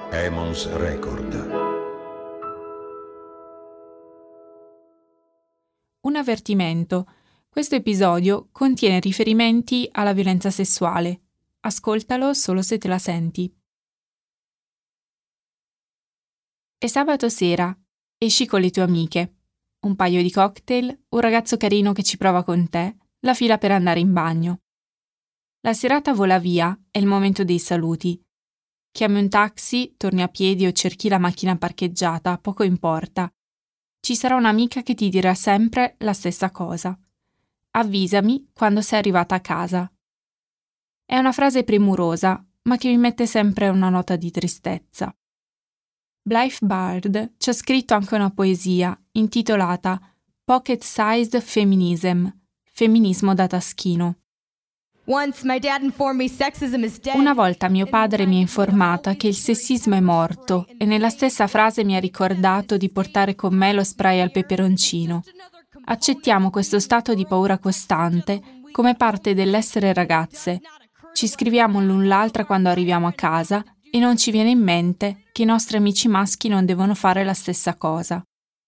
Emons Record. Un avvertimento. Questo episodio contiene riferimenti alla violenza sessuale. Ascoltalo solo se te la senti. È sabato sera. Esci con le tue amiche. Un paio di cocktail, un ragazzo carino che ci prova con te, la fila per andare in bagno. La serata vola via, è il momento dei saluti. Chiami un taxi, torni a piedi o cerchi la macchina parcheggiata, poco importa. Ci sarà un'amica che ti dirà sempre la stessa cosa. Avvisami quando sei arrivata a casa. È una frase premurosa, ma che mi mette sempre una nota di tristezza. Blythe Bard ci ha scritto anche una poesia intitolata Pocket Sized Feminism, femminismo da taschino. Una volta mio padre mi ha informata che il sessismo è morto e nella stessa frase mi ha ricordato di portare con me lo spray al peperoncino. Accettiamo questo stato di paura costante come parte dell'essere ragazze. Ci scriviamo l'un l'altra quando arriviamo a casa e non ci viene in mente che i nostri amici maschi non devono fare la stessa cosa.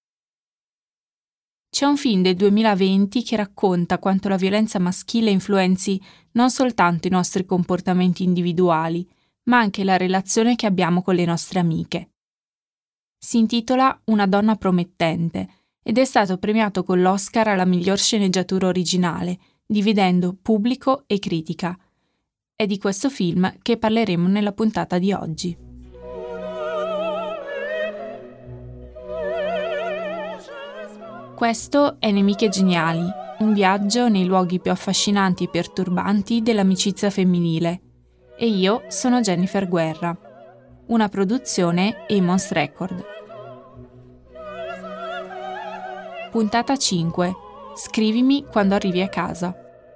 C'è un film del 2020 che racconta quanto la violenza maschile influenzi non soltanto i nostri comportamenti individuali, ma anche la relazione che abbiamo con le nostre amiche. Si intitola Una donna promettente ed è stato premiato con l'Oscar alla miglior sceneggiatura originale, dividendo pubblico e critica. È di questo film che parleremo nella puntata di oggi. Questo è Nemiche Geniali, un viaggio nei luoghi più affascinanti e perturbanti dell'amicizia femminile. E io sono Jennifer Guerra. Una produzione Emons Record. Puntata 5. Scrivimi quando arrivi a casa.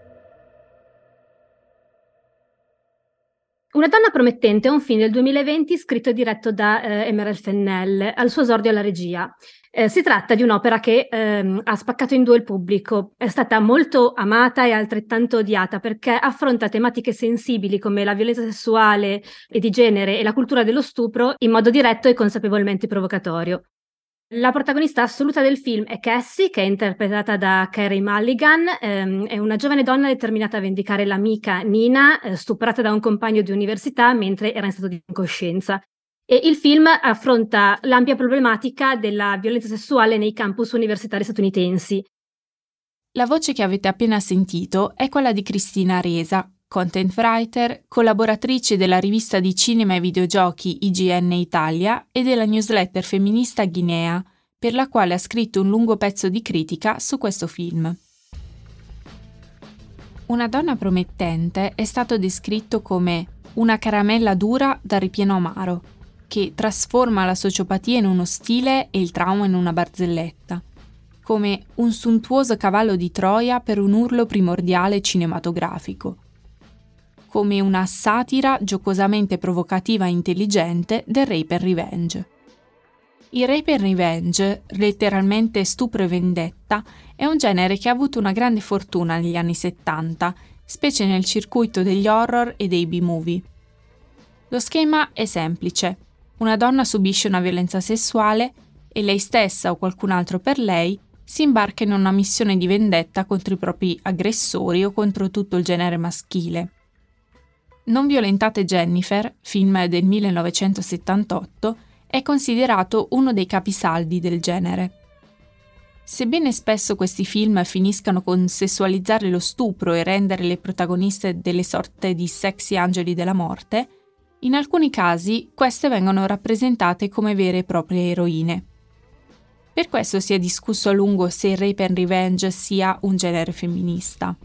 Una donna promettente è un film del 2020 scritto e diretto da Emerald Fennell, al suo esordio alla regia. Si tratta di un'opera che ha spaccato in due il pubblico. È stata molto amata e altrettanto odiata perché affronta tematiche sensibili come la violenza sessuale e di genere e la cultura dello stupro in modo diretto e consapevolmente provocatorio. La protagonista assoluta del film è Cassie, che è interpretata da Carey Mulligan, è una giovane donna determinata a vendicare l'amica Nina, stuprata da un compagno di università mentre era in stato di incoscienza. E il film affronta l'ampia problematica della violenza sessuale nei campus universitari statunitensi. La voce che avete appena sentito è quella di Cristina Resa, content writer, collaboratrice della rivista di cinema e videogiochi IGN Italia e della newsletter femminista Guinea, per la quale ha scritto un lungo pezzo di critica su questo film. Una donna promettente è stato descritto come una caramella dura da ripieno amaro, che trasforma la sociopatia in uno stile e il trauma in una barzelletta, come un sontuoso cavallo di Troia per un urlo primordiale cinematografico, come una satira giocosamente provocativa e intelligente del rape and revenge. Il rape and revenge, letteralmente stupro e vendetta, è un genere che ha avuto una grande fortuna negli anni 70, specie nel circuito degli horror e dei B-movie. Lo schema è semplice. Una donna subisce una violenza sessuale e lei stessa o qualcun altro per lei si imbarca in una missione di vendetta contro i propri aggressori o contro tutto il genere maschile. Non violentate Jennifer, film del 1978, è considerato uno dei capisaldi del genere. Sebbene spesso questi film finiscano con sessualizzare lo stupro e rendere le protagoniste delle sorte di sexy angeli della morte, in alcuni casi queste vengono rappresentate come vere e proprie eroine. Per questo si è discusso a lungo se il rape and revenge sia un genere femminista.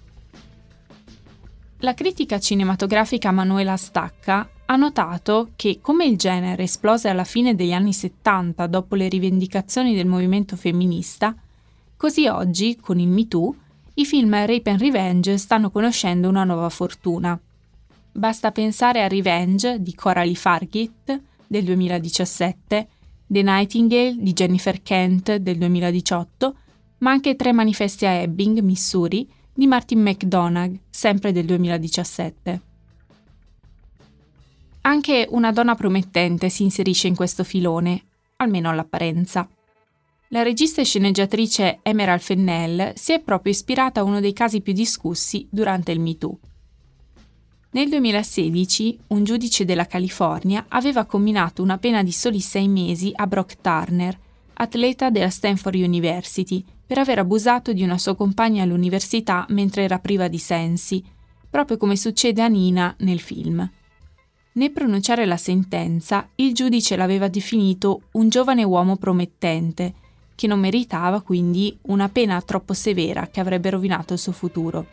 La critica cinematografica Manuela Stacca ha notato che, come il genere esplose alla fine degli anni 70 dopo le rivendicazioni del movimento femminista, così oggi, con il Me Too, i film rape and revenge stanno conoscendo una nuova fortuna. Basta pensare a Revenge di Coralie Fargit del 2017, The Nightingale di Jennifer Kent del 2018, ma anche Tre manifesti a Ebbing, Missouri, di Martin McDonagh, sempre del 2017. Anche Una donna promettente si inserisce in questo filone, almeno all'apparenza. La regista e sceneggiatrice Emerald Fennell si è proprio ispirata a uno dei casi più discussi durante il Me Too. Nel 2016, un giudice della California aveva comminato una pena di soli 6 mesi a Brock Turner, atleta della Stanford University, per aver abusato di una sua compagna all'università mentre era priva di sensi, proprio come succede a Nina nel film. Nel pronunciare la sentenza, il giudice l'aveva definito un giovane uomo promettente, che non meritava quindi una pena troppo severa che avrebbe rovinato il suo futuro.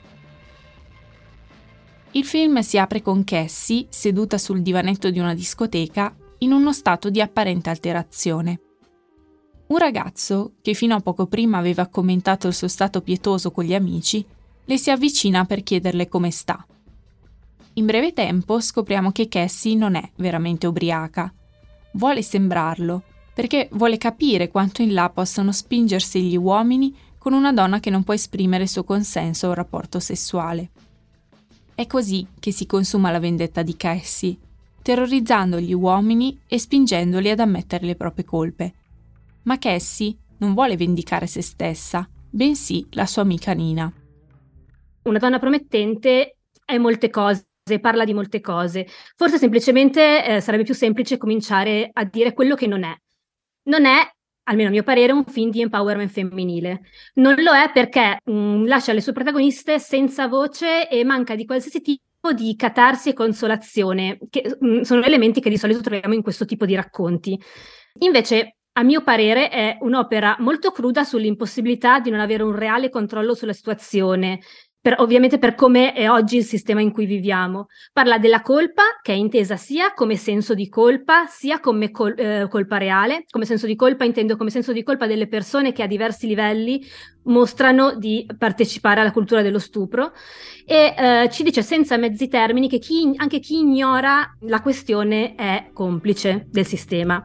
Il film si apre con Cassie, seduta sul divanetto di una discoteca, in uno stato di apparente alterazione. Un ragazzo, che fino a poco prima aveva commentato il suo stato pietoso con gli amici, le si avvicina per chiederle come sta. In breve tempo scopriamo che Cassie non è veramente ubriaca. Vuole sembrarlo, perché vuole capire quanto in là possano spingersi gli uomini con una donna che non può esprimere il suo consenso a un rapporto sessuale. È così che si consuma la vendetta di Cassie, terrorizzando gli uomini e spingendoli ad ammettere le proprie colpe. Ma Cassie non vuole vendicare se stessa, bensì la sua amica Nina. Una donna promettente è molte cose, parla di molte cose. Forse semplicemente sarebbe più semplice cominciare a dire quello che non è. Non è, almeno a mio parere, un film di empowerment femminile. Non lo è perché lascia le sue protagoniste senza voce e manca di qualsiasi tipo di catarsi e consolazione, che sono elementi che di solito troviamo in questo tipo di racconti. Invece, a mio parere, è un'opera molto cruda sull'impossibilità di non avere un reale controllo sulla situazione, ovviamente per come è oggi il sistema in cui viviamo. Parla della colpa, che è intesa sia come senso di colpa, sia come colpa reale. Come senso di colpa intendo come senso di colpa delle persone che a diversi livelli mostrano di partecipare alla cultura dello stupro, e ci dice senza mezzi termini che anche chi ignora la questione è complice del sistema.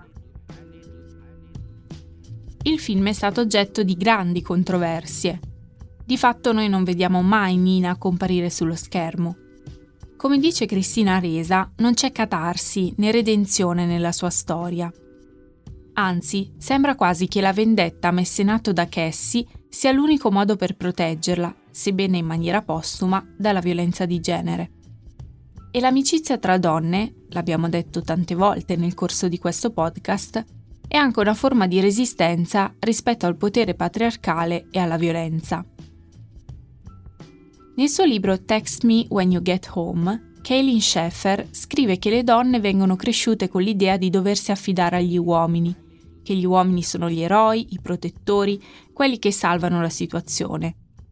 Il film è stato oggetto di grandi controversie. Di fatto noi non vediamo mai Nina comparire sullo schermo. Come dice Cristina Resa, non c'è catarsi né redenzione nella sua storia. Anzi, sembra quasi che la vendetta messa in atto da Cassie sia l'unico modo per proteggerla, sebbene in maniera postuma, dalla violenza di genere. E l'amicizia tra donne, l'abbiamo detto tante volte nel corso di questo podcast, è anche una forma di resistenza rispetto al potere patriarcale e alla violenza. Nel suo libro Text Me When You Get Home, Kaylin Schaeffer scrive che le donne vengono cresciute con l'idea di doversi affidare agli uomini, che gli uomini sono gli eroi, i protettori, quelli che salvano la situazione.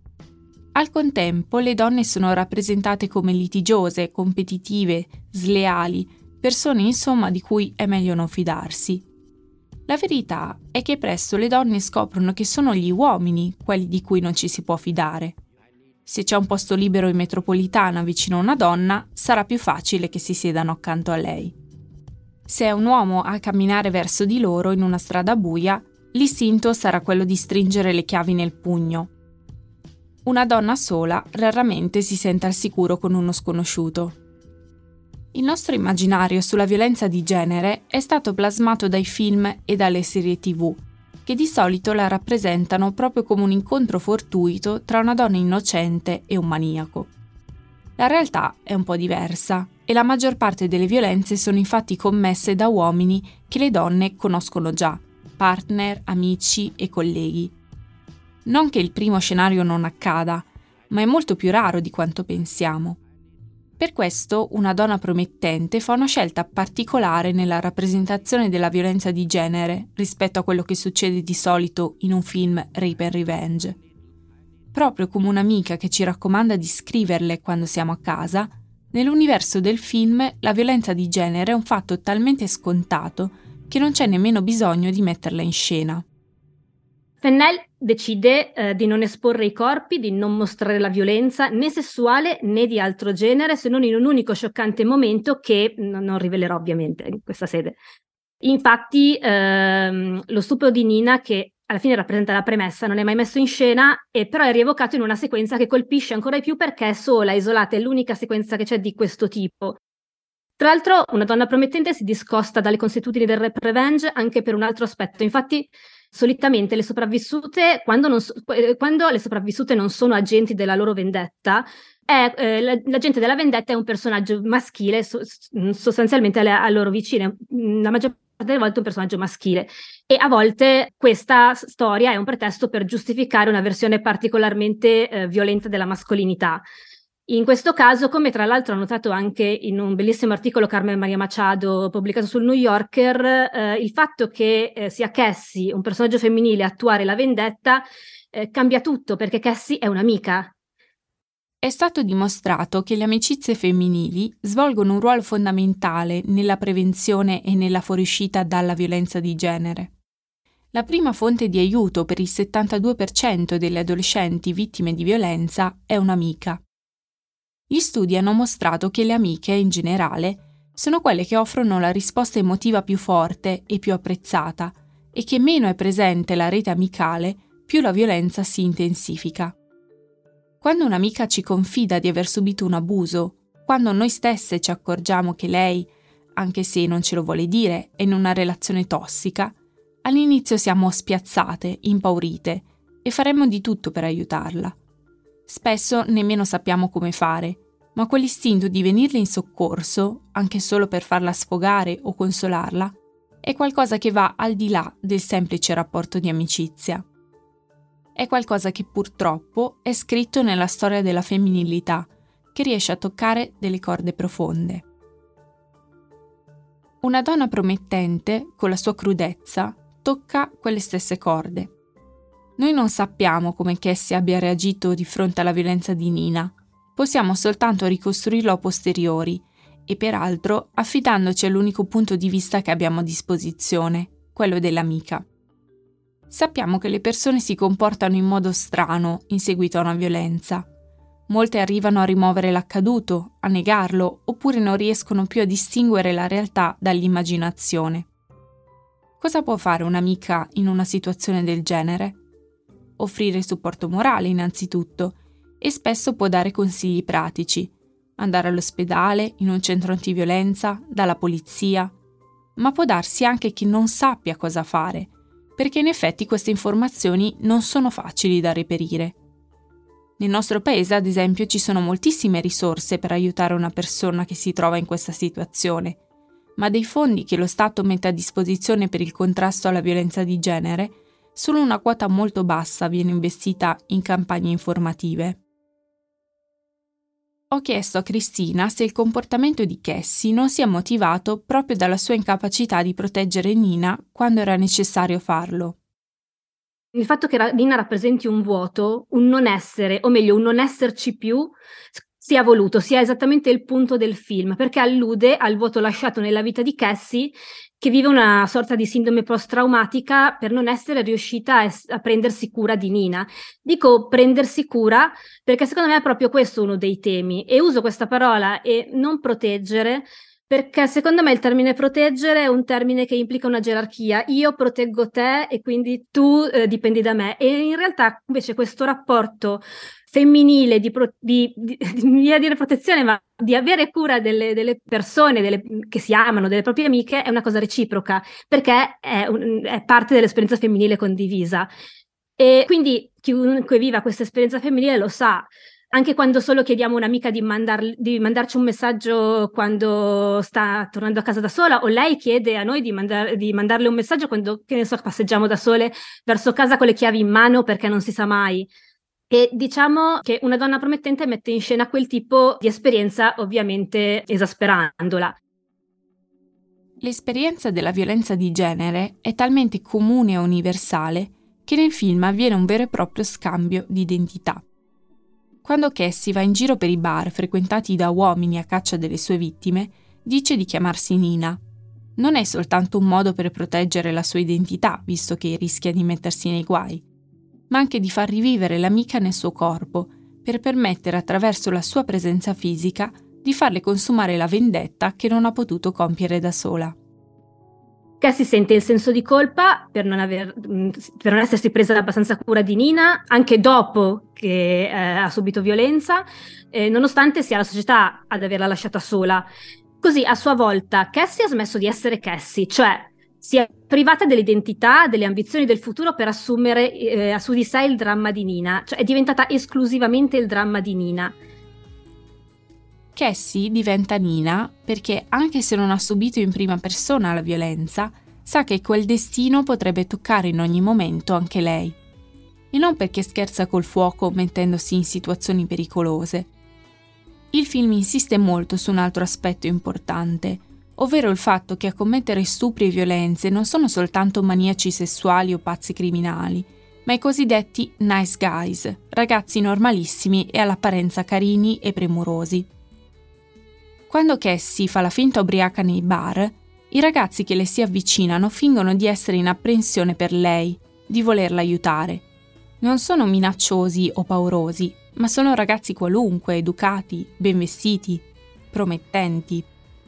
Al contempo, le donne sono rappresentate come litigiose, competitive, sleali, persone insomma di cui è meglio non fidarsi. La verità è che presto le donne scoprono che sono gli uomini quelli di cui non ci si può fidare. Se c'è un posto libero in metropolitana vicino a una donna, sarà più facile che si siedano accanto a lei. Se è un uomo a camminare verso di loro in una strada buia, l'istinto sarà quello di stringere le chiavi nel pugno. Una donna sola raramente si sente al sicuro con uno sconosciuto. Il nostro immaginario sulla violenza di genere è stato plasmato dai film e dalle serie TV, che di solito la rappresentano proprio come un incontro fortuito tra una donna innocente e un maniaco. La realtà è un po' diversa e la maggior parte delle violenze sono infatti commesse da uomini che le donne conoscono già, partner, amici e colleghi. Non che il primo scenario non accada, ma è molto più raro di quanto pensiamo. Per questo Una donna promettente fa una scelta particolare nella rappresentazione della violenza di genere rispetto a quello che succede di solito in un film rape and revenge. Proprio come un'amica che ci raccomanda di scriverle quando siamo a casa, nell'universo del film la violenza di genere è un fatto talmente scontato che non c'è nemmeno bisogno di metterla in scena. Fennell decide di non esporre i corpi, di non mostrare la violenza né sessuale né di altro genere, se non in un unico scioccante momento che non rivelerò ovviamente in questa sede. Infatti lo stupro di Nina, che alla fine rappresenta la premessa, non è mai messo in scena, e però è rievocato in una sequenza che colpisce ancora di più perché è sola, isolata, è l'unica sequenza che c'è di questo tipo. Tra l'altro, Una donna promettente si discosta dalle consuetudini del rap revenge anche per un altro aspetto. Infatti, solitamente le sopravvissute, quando le sopravvissute non sono agenti della loro vendetta, l'agente della vendetta è un personaggio maschile, sostanzialmente a loro vicine. La maggior parte delle volte è un personaggio maschile. E a volte questa storia è un pretesto per giustificare una versione particolarmente violenta della mascolinità. In questo caso, come tra l'altro ha notato anche in un bellissimo articolo Carmen Maria Machado pubblicato sul New Yorker, il fatto che sia Cassie, un personaggio femminile, a attuare la vendetta cambia tutto, perché Cassie è un'amica. È stato dimostrato che le amicizie femminili svolgono un ruolo fondamentale nella prevenzione e nella fuoriuscita dalla violenza di genere. La prima fonte di aiuto per il 72% delle adolescenti vittime di violenza è un'amica. Gli studi hanno mostrato che le amiche, in generale, sono quelle che offrono la risposta emotiva più forte e più apprezzata, e che meno è presente la rete amicale, più la violenza si intensifica. Quando un'amica ci confida di aver subito un abuso, quando noi stesse ci accorgiamo che lei, anche se non ce lo vuole dire, è in una relazione tossica, all'inizio siamo spiazzate, impaurite, e faremmo di tutto per aiutarla. Spesso nemmeno sappiamo come fare, ma quell'istinto di venirle in soccorso, anche solo per farla sfogare o consolarla, è qualcosa che va al di là del semplice rapporto di amicizia. È qualcosa che purtroppo è scritto nella storia della femminilità, che riesce a toccare delle corde profonde. Una donna promettente, con la sua crudezza, tocca quelle stesse corde. Noi non sappiamo come Cassie abbia reagito di fronte alla violenza di Nina, possiamo soltanto ricostruirlo a posteriori e peraltro affidandoci all'unico punto di vista che abbiamo a disposizione, quello dell'amica. Sappiamo che le persone si comportano in modo strano in seguito a una violenza. Molte arrivano a rimuovere l'accaduto, a negarlo, oppure non riescono più a distinguere la realtà dall'immaginazione. Cosa può fare un'amica in una situazione del genere? Offrire supporto morale innanzitutto e spesso può dare consigli pratici, andare all'ospedale, in un centro antiviolenza, dalla polizia, ma può darsi anche che non sappia cosa fare, perché in effetti queste informazioni non sono facili da reperire. Nel nostro paese, ad esempio, ci sono moltissime risorse per aiutare una persona che si trova in questa situazione, ma dei fondi che lo Stato mette a disposizione per il contrasto alla violenza di genere, solo una quota molto bassa viene investita in campagne informative. Ho chiesto a Cristina se il comportamento di Cassie non sia motivato proprio dalla sua incapacità di proteggere Nina quando era necessario farlo. Il fatto che Nina rappresenti un vuoto, un non essere, o meglio un non esserci più, sia voluto, sia esattamente il punto del film, perché allude al vuoto lasciato nella vita di Cassie, che vive una sorta di sindrome post-traumatica per non essere riuscita a prendersi cura di Nina. Dico prendersi cura perché secondo me è proprio questo uno dei temi, e uso questa parola e non proteggere, perché secondo me il termine proteggere è un termine che implica una gerarchia. Io proteggo te e quindi tu dipendi da me. E in realtà invece questo rapporto femminile di dire protezione, ma di avere cura delle persone che si amano, delle proprie amiche, è una cosa reciproca, perché è parte dell'esperienza femminile condivisa. E quindi chiunque viva questa esperienza femminile lo sa. Anche quando solo chiediamo a un'amica di mandarci un messaggio quando sta tornando a casa da sola, o lei chiede a noi di mandarle un messaggio quando, che ne so, passeggiamo da sole verso casa con le chiavi in mano perché non si sa mai. E diciamo che Una donna promettente mette in scena quel tipo di esperienza, ovviamente esasperandola. L'esperienza della violenza di genere è talmente comune e universale che nel film avviene un vero e proprio scambio di identità. Quando Cassie va in giro per i bar frequentati da uomini a caccia delle sue vittime, dice di chiamarsi Nina. Non è soltanto un modo per proteggere la sua identità, visto che rischia di mettersi nei guai, ma anche di far rivivere l'amica nel suo corpo, per permettere attraverso la sua presenza fisica di farle consumare la vendetta che non ha potuto compiere da sola. Cassie sente il senso di colpa per non essersi presa abbastanza cura di Nina, anche dopo che ha subito violenza, nonostante sia la società ad averla lasciata sola. Così a sua volta Cassie ha smesso di essere Cassie, cioè si è privata dell'identità, delle ambizioni del futuro per assumere su di sé il dramma di Nina, cioè è diventata esclusivamente il dramma di Nina. Cassie diventa Nina perché, anche se non ha subito in prima persona la violenza, sa che quel destino potrebbe toccare in ogni momento anche lei. E non perché scherza col fuoco mettendosi in situazioni pericolose. Il film insiste molto su un altro aspetto importante, ovvero il fatto che a commettere stupri e violenze non sono soltanto maniaci sessuali o pazzi criminali, ma i cosiddetti nice guys, ragazzi normalissimi e all'apparenza carini e premurosi. Quando Cassie fa la finta ubriaca nei bar, i ragazzi che le si avvicinano fingono di essere in apprensione per lei, di volerla aiutare. Non sono minacciosi o paurosi, ma sono ragazzi qualunque, educati, ben vestiti, promettenti.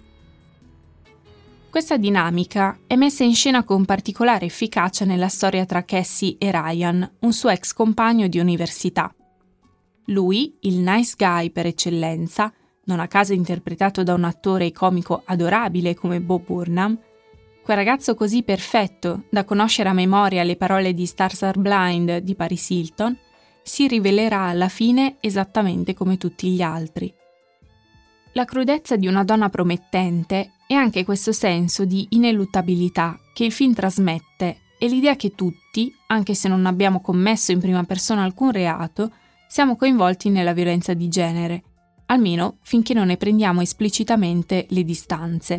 Questa dinamica è messa in scena con particolare efficacia nella storia tra Cassie e Ryan, un suo ex compagno di università. Lui, il nice guy per eccellenza, non a caso interpretato da un attore comico adorabile come Bo Burnham, quel ragazzo così perfetto da conoscere a memoria le parole di Stars Are Blind di Paris Hilton, si rivelerà alla fine esattamente come tutti gli altri. La crudezza di una donna promettente è anche questo senso di ineluttabilità che il film trasmette e l'idea che tutti, anche se non abbiamo commesso in prima persona alcun reato, siamo coinvolti nella violenza di genere, almeno finché non ne prendiamo esplicitamente le distanze.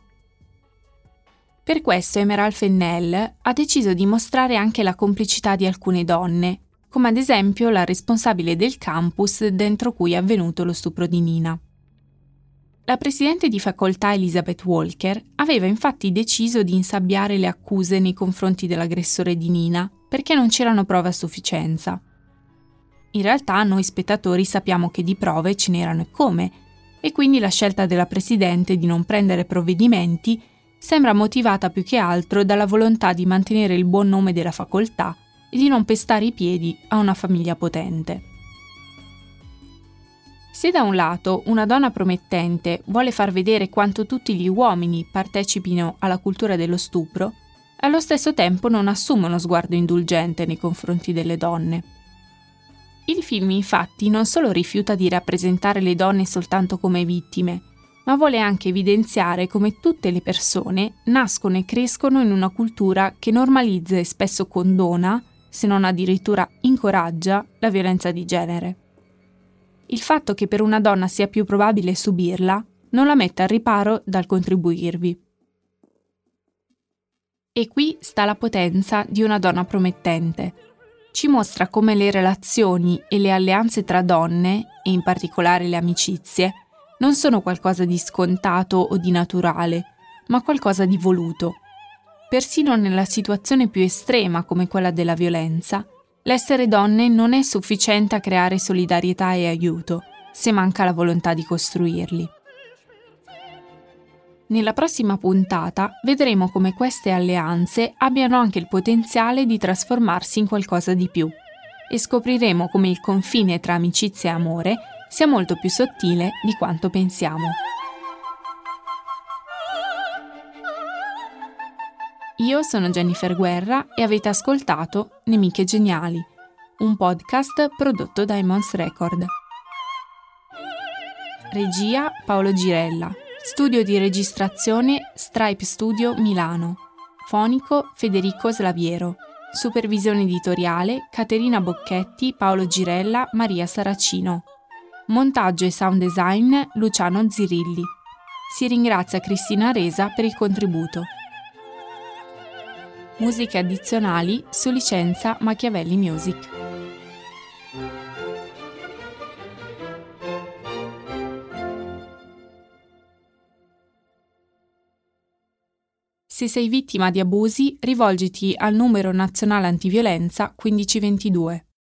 Per questo Emerald Fennell ha deciso di mostrare anche la complicità di alcune donne, come ad esempio la responsabile del campus dentro cui è avvenuto lo stupro di Nina. La presidente di facoltà Elizabeth Walker aveva infatti deciso di insabbiare le accuse nei confronti dell'aggressore di Nina perché non c'erano prove a sufficienza. In realtà noi spettatori sappiamo che di prove ce n'erano e come, e quindi la scelta della presidente di non prendere provvedimenti sembra motivata più che altro dalla volontà di mantenere il buon nome della facoltà e di non pestare i piedi a una famiglia potente. Se da un lato una donna promettente vuole far vedere quanto tutti gli uomini partecipino alla cultura dello stupro, allo stesso tempo non assume uno sguardo indulgente nei confronti delle donne. Il film infatti non solo rifiuta di rappresentare le donne soltanto come vittime, ma vuole anche evidenziare come tutte le persone nascono e crescono in una cultura che normalizza e spesso condona, se non addirittura incoraggia, la violenza di genere. Il fatto che per una donna sia più probabile subirla non la mette al riparo dal contribuirvi. E qui sta la potenza di una donna promettente. Ci mostra come le relazioni e le alleanze tra donne, e in particolare le amicizie, non sono qualcosa di scontato o di naturale, ma qualcosa di voluto. Persino nella situazione più estrema come quella della violenza, l'essere donne non è sufficiente a creare solidarietà e aiuto, se manca la volontà di costruirli. Nella prossima puntata vedremo come queste alleanze abbiano anche il potenziale di trasformarsi in qualcosa di più e scopriremo come il confine tra amicizia e amore sia molto più sottile di quanto pensiamo. Io sono Jennifer Guerra e avete ascoltato Nemiche Geniali, un podcast prodotto da Emons Record. Regia Paolo Girella. Studio di registrazione Stripe Studio Milano. Fonico Federico Slaviero. Supervisione editoriale Caterina Bocchetti, Paolo Girella, Maria Saracino. Montaggio e sound design Luciano Zirilli. Si ringrazia Cristina Resa per il contributo. Musiche addizionali su licenza Machiavelli Music. Se sei vittima di abusi, rivolgiti al numero nazionale antiviolenza 1522.